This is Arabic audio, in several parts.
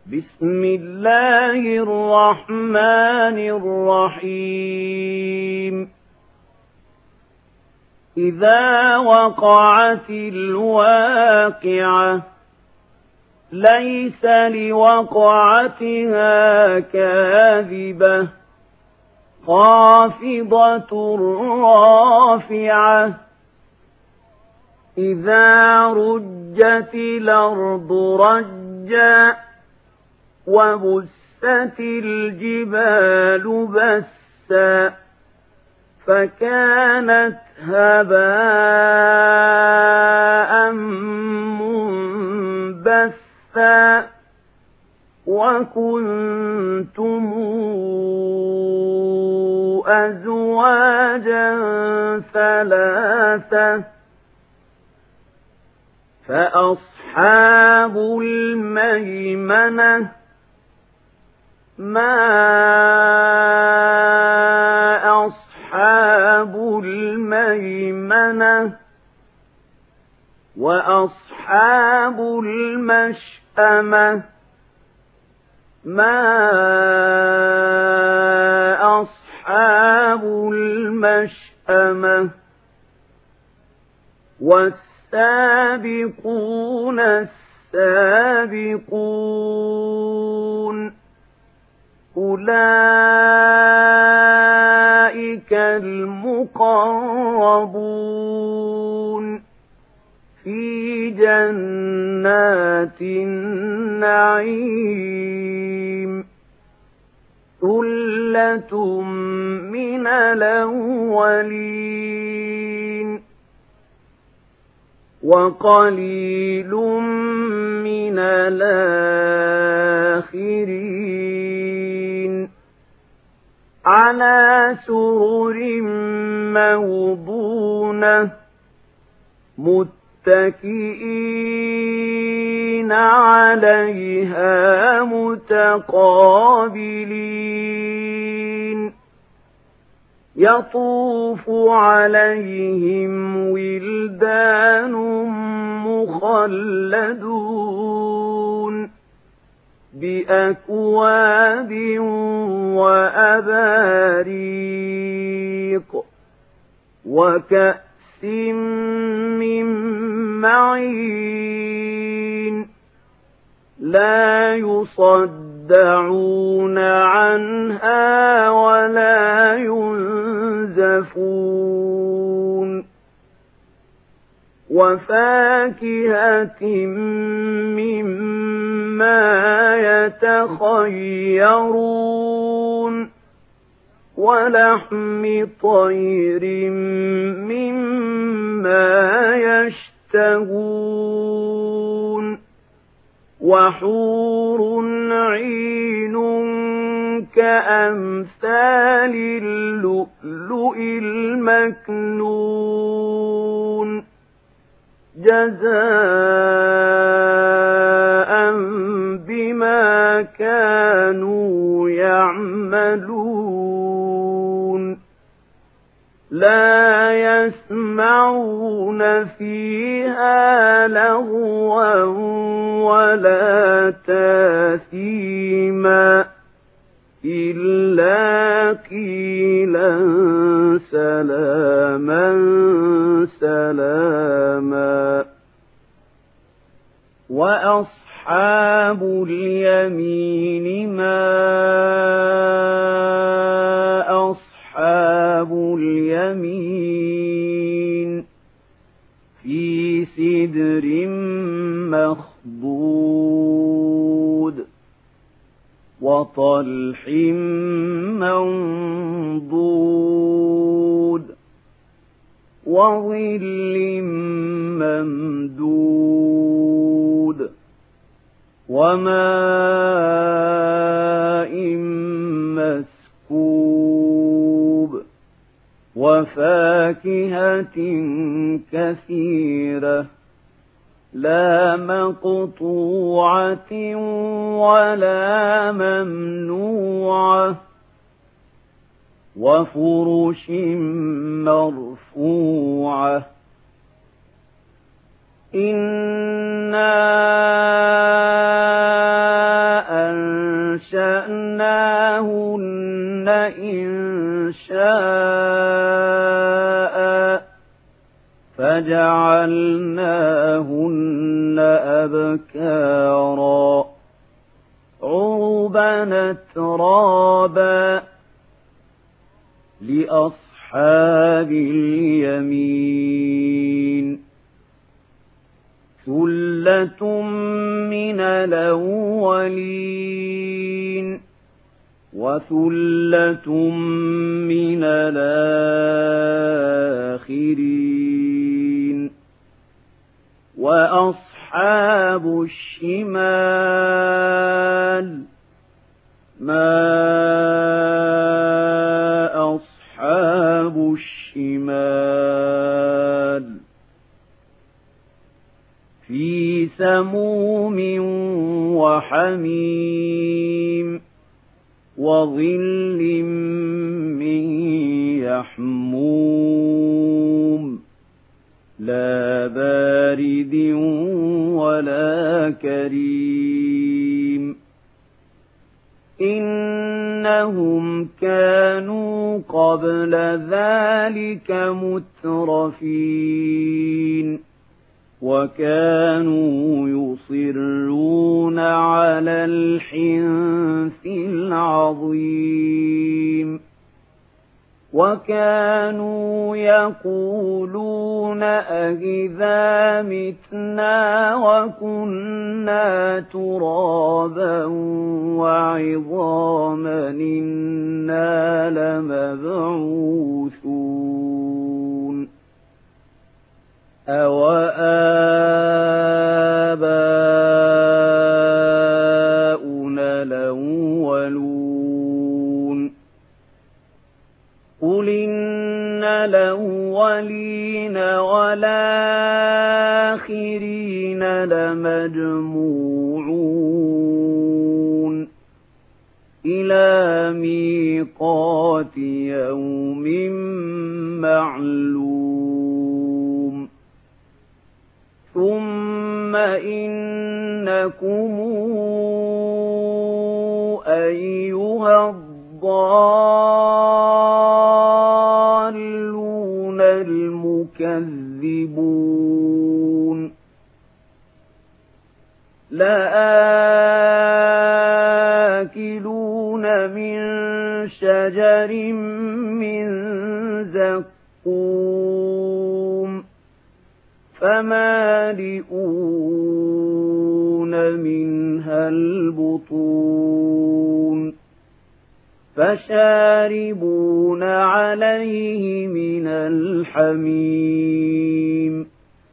بسم الله الرحمن الرحيم إذا وقعت الواقعة ليس لوقعتها كاذبة خافضة رافعة إذا رجت الأرض رجا وبست الجبال بسا فكانت هباء منبثا وكنتم أزواجا ثلاثة فأصحاب الميمنة ما أصحاب الميمنة وأصحاب المشأمة ما أصحاب المشأمة والسابقون السابقون أولئك المقربون في جنات النعيم ثلة من الأولين وقليل من الآخرين على سرر موضونة متكئين عليها متقابلين يطوف عليهم ولدان مخلدون بأكواب وأباريق وكأس من معين لا يصدعون عنها ولا ينزفون وفاكهة مما يتخيرون ولحم طير مما يشتهون وحور عين كأمثال اللؤلؤ المكنون جزاء بما كانوا يعملون لا يسمعون فيها لغوا ولا تاثيما إلا قيلا سلاما سلاما وأصحاب اليمين ما أصحاب اليمين في سدر مخضود وطلح منضود وظل ممدود وماء مسكوب وفاكهة كثيرة لا مقطوعة ولا ممنوعة وفرش مرفوعة إنا فجعلناهن أبكارا عربا أترابا لأصحاب اليمين ثلة من الأولين وثلة من الآخرين وأصحاب الشمال ما أصحاب الشمال في سموم وحميم وظل من يحموم لا بارد ولا كريم إنهم كانوا قبل ذلك مترفين وكانوا يصرون على الحنث العظيم وكانوا يقولون أإذا متنا وكنا ترابا وعظاما إنا لمبعوثون أوآباؤنا الأولون قل إن الأولين والآخرين لمجموعون إلى ميقات يوم معلوم ثم إنكم أيها الضالون المكذبون لآكلون من شجر من زقوم فمالئون منها البطون فشاربون عليه من الحميم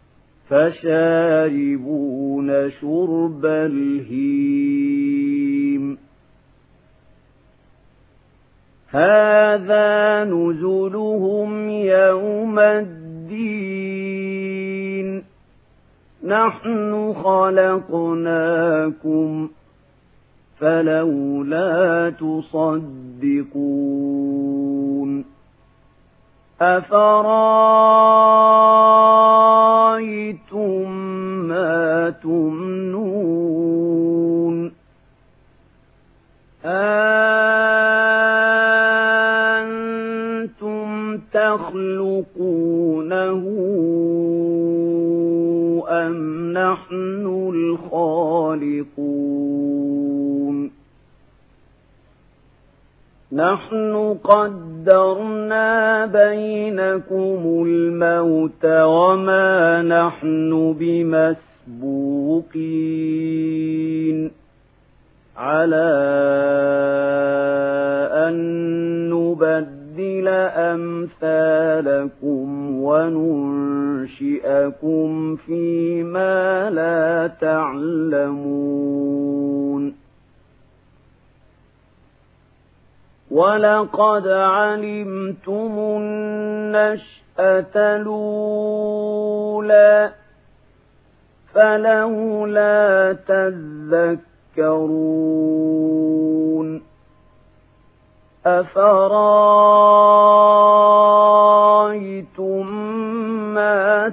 فشاربون شرب الهيم هذا نزلهم يوم الدين نحن خلقناكم فلولا تصدقون أفرأيتم ما تمنون أنتم تخلقونه أم نحن الخالقون نحن قدرنا بينكم الموت وما نحن بمسبوقين على أن نبدل أمثالكم وننشئكم فيما لا تعلمون ولقد علمتم النشأة الأولى فلولا تذكرون أفرأيتم ما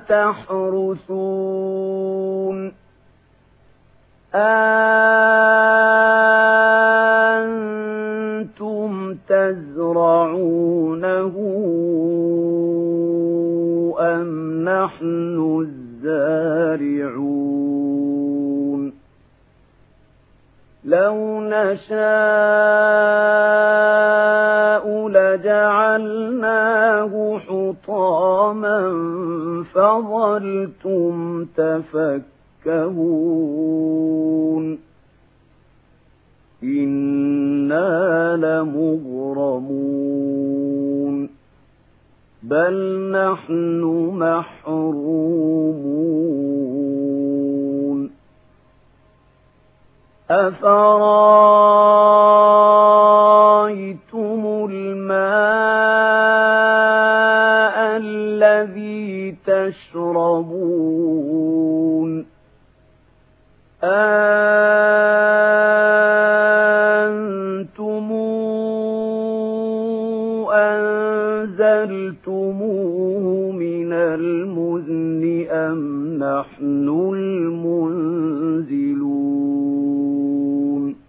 تحرثون أنتم تزرعونه أم نحن لو نشاء لجعلناه حطاما فظلتم تفكهون إنا لمغرمون بل نحن محرومون أفرأيتم الماء الذي تشربون أنتم أنزلتموه من المزن أم نحن المنزلون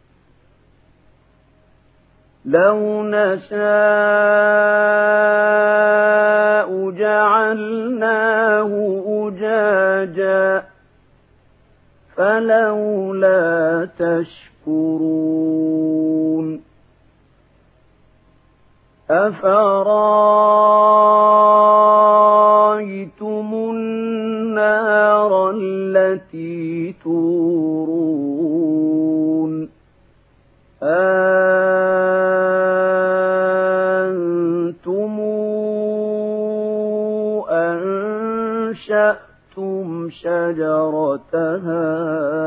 لو نشاء جعلناه أجاجا فلولا تشكرون أفرأيتم النار التي تورون أنتم أنشأتم شجرتها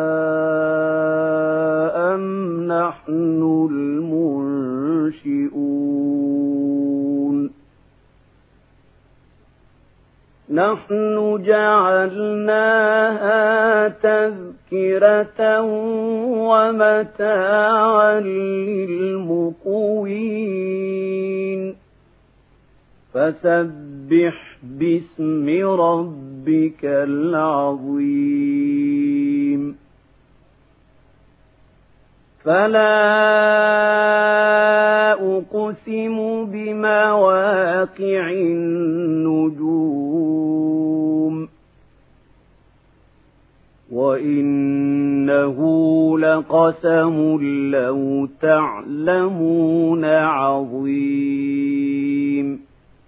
أم نحن المنشئون نحن جعلناها تذكرة ومتاعا للمقوين فسبح باسم ربك العظيم فلا أقسم بمواقع النجوم وإنه لقسم لو تعلمون عظيم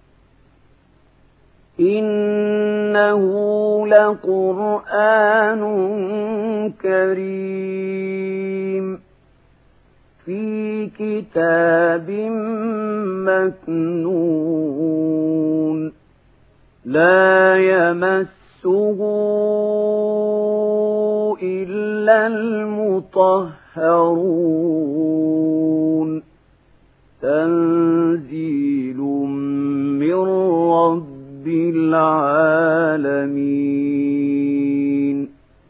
إنه لقرآن كريم في كتاب مكنون لا يمسه إلا المطهرون تنزيل من رب العالمين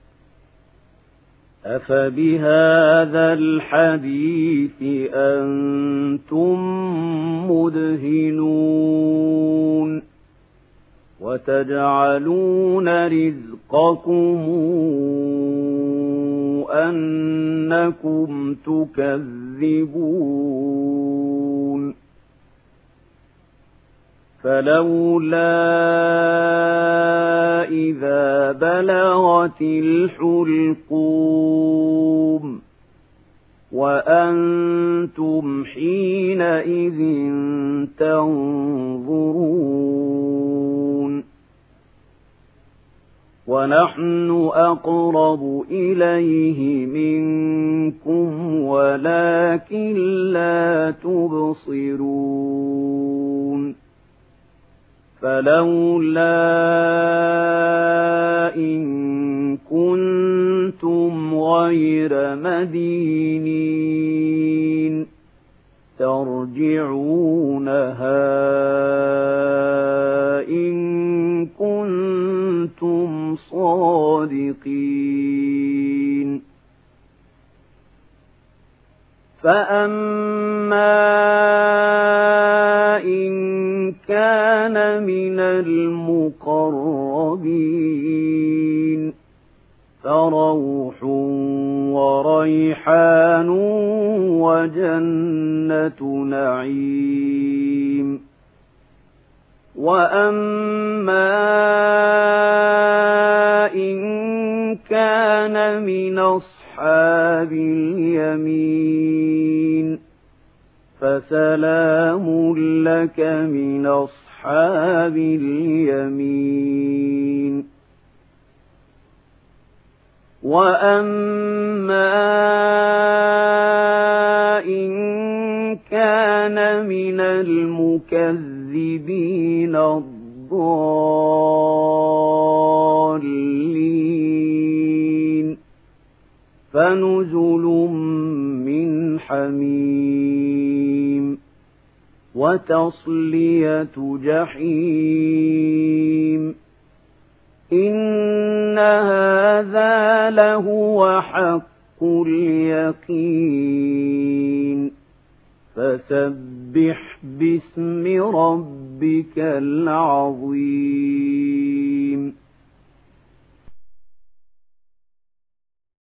أفبهذا الحديث أنتم مدهنون وتجعلون رزقكم أنكم تكذبون فلولا إذا بلغت الحلقوم وأنتم حينئذ تنظرون ونحن أقرب إليه منكم ولكن لا تبصرون فلولا إن كنتم غير مدينين ترجعونها إن كنتم صادقين فأما إن كان من المقربين فروح وريحان وجنة نعيم وأما إن كان من أصحاب أصحاب اليمين فسلام لك من أصحاب اليمين وأما إن كان من المكذبين الضالين فنزل من حميم وتصلية جحيم إن هذا لهو حق اليقين فسبح باسم ربك العظيم